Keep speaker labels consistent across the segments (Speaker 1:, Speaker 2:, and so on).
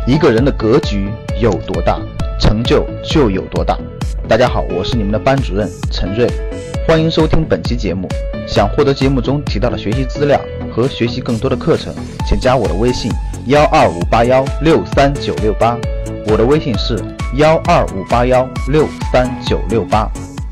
Speaker 1: 一个人的格局有多大，成就有多大。大家好，我是你们的班主任陈瑞，欢迎收听本期节目。想获得节目中提到的学习资料和学习更多的课程，请加我的微信125816398，我的微信是125816398。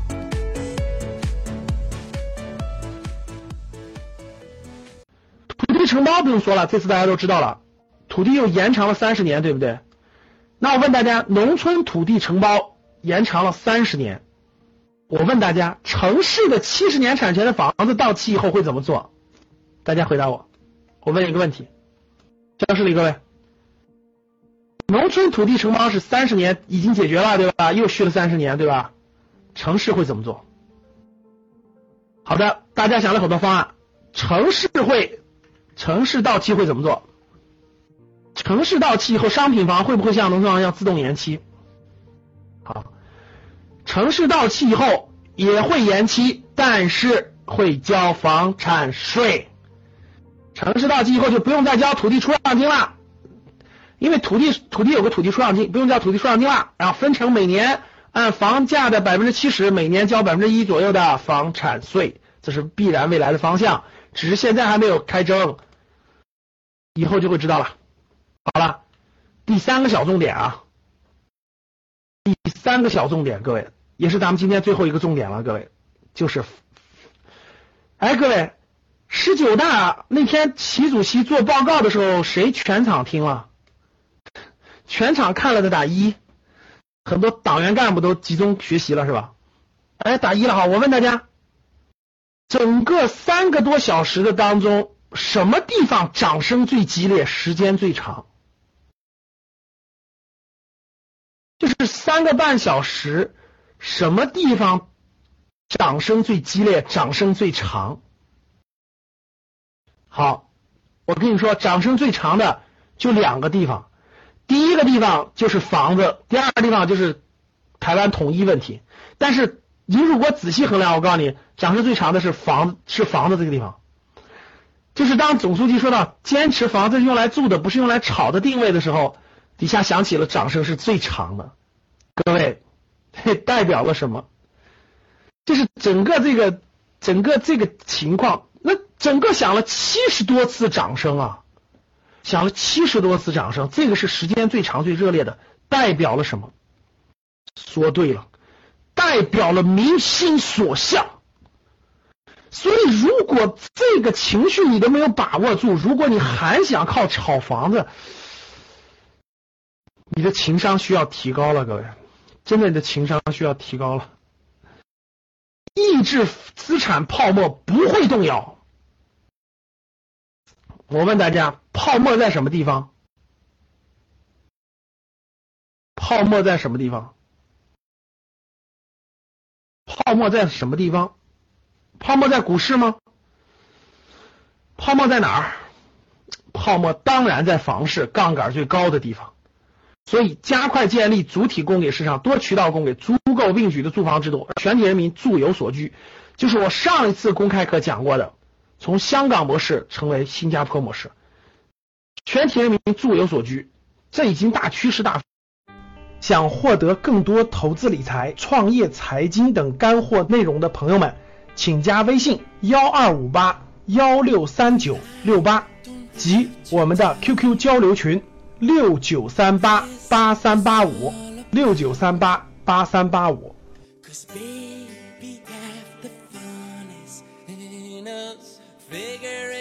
Speaker 2: 土地承包不用说了，这次大家都知道了，土地又延长了30年，对不对？那我问大家，农村土地承包延长了30年，我问大家，城市的70年产权的房子到期以后会怎么做？大家回答我。我问一个问题，教室里各位，农村土地承包是30年已经解决了，对吧？又续了30年，对吧？城市会怎么做？好的，大家想了很多方案。城市到期会怎么做？城市到期以后，商品房会不会像农村房一样自动延期？好，城市到期以后也会延期，但是会交房产税。城市到期以后就不用再交土地出让金了，因为土地有个土地出让金，不用交土地出让金了，然后分成每年按房价的70%，每年交1%左右的房产税，这是必然未来的方向，只是现在还没有开征，以后就会知道了。好了，第三个小重点啊，各位，也是咱们今天最后一个重点了，各位，就是各位，19大那天习主席做报告的时候，谁全场听了？全场看了的打1，很多党员干部都集中学习了是吧？打1了哈。我问大家，整个3个多小时的当中，什么地方掌声最激烈，时间最长？就是3个半小时，什么地方掌声最激烈，掌声最长？好，我跟你说，掌声最长的就2个地方，第一个地方就是房子，第二个地方就是台湾统一问题。但是你如果仔细衡量，我告诉你，掌声最长的是房子这个地方。就是当总书记说到坚持房子是用来住的，不是用来炒的定位的时候，底下响起了掌声是最长的。各位，代表了什么？就是整个这个情况，那整个响了70多次掌声啊，响了70多次掌声，这个是时间最长最热烈的，代表了什么？说对了，代表了民心所向。所以如果这个情绪你都没有把握住，如果你还想靠炒房子，你的情商需要提高了，各位，真的你的情商需要提高了。抑制资产泡沫不会动摇。我问大家，泡沫在什么地方？泡沫在什么地方？泡沫在什么地方？泡沫在股市吗？泡沫在哪儿？泡沫当然在房市，杠杆最高的地方。所以加快建立主体供给市场、多渠道供给、足够并举的住房制度，全体人民住有所居，就是我上一次公开课讲过的，从香港模式成为新加坡模式，全体人民住有所居，这已经大趋势大。想获得更多投资理财、创业财经等干货内容的朋友们，请加微信12581639688及我们的 QQ 交流群6938838569388385。
Speaker 3: Cause baby, half the fun is in us figuring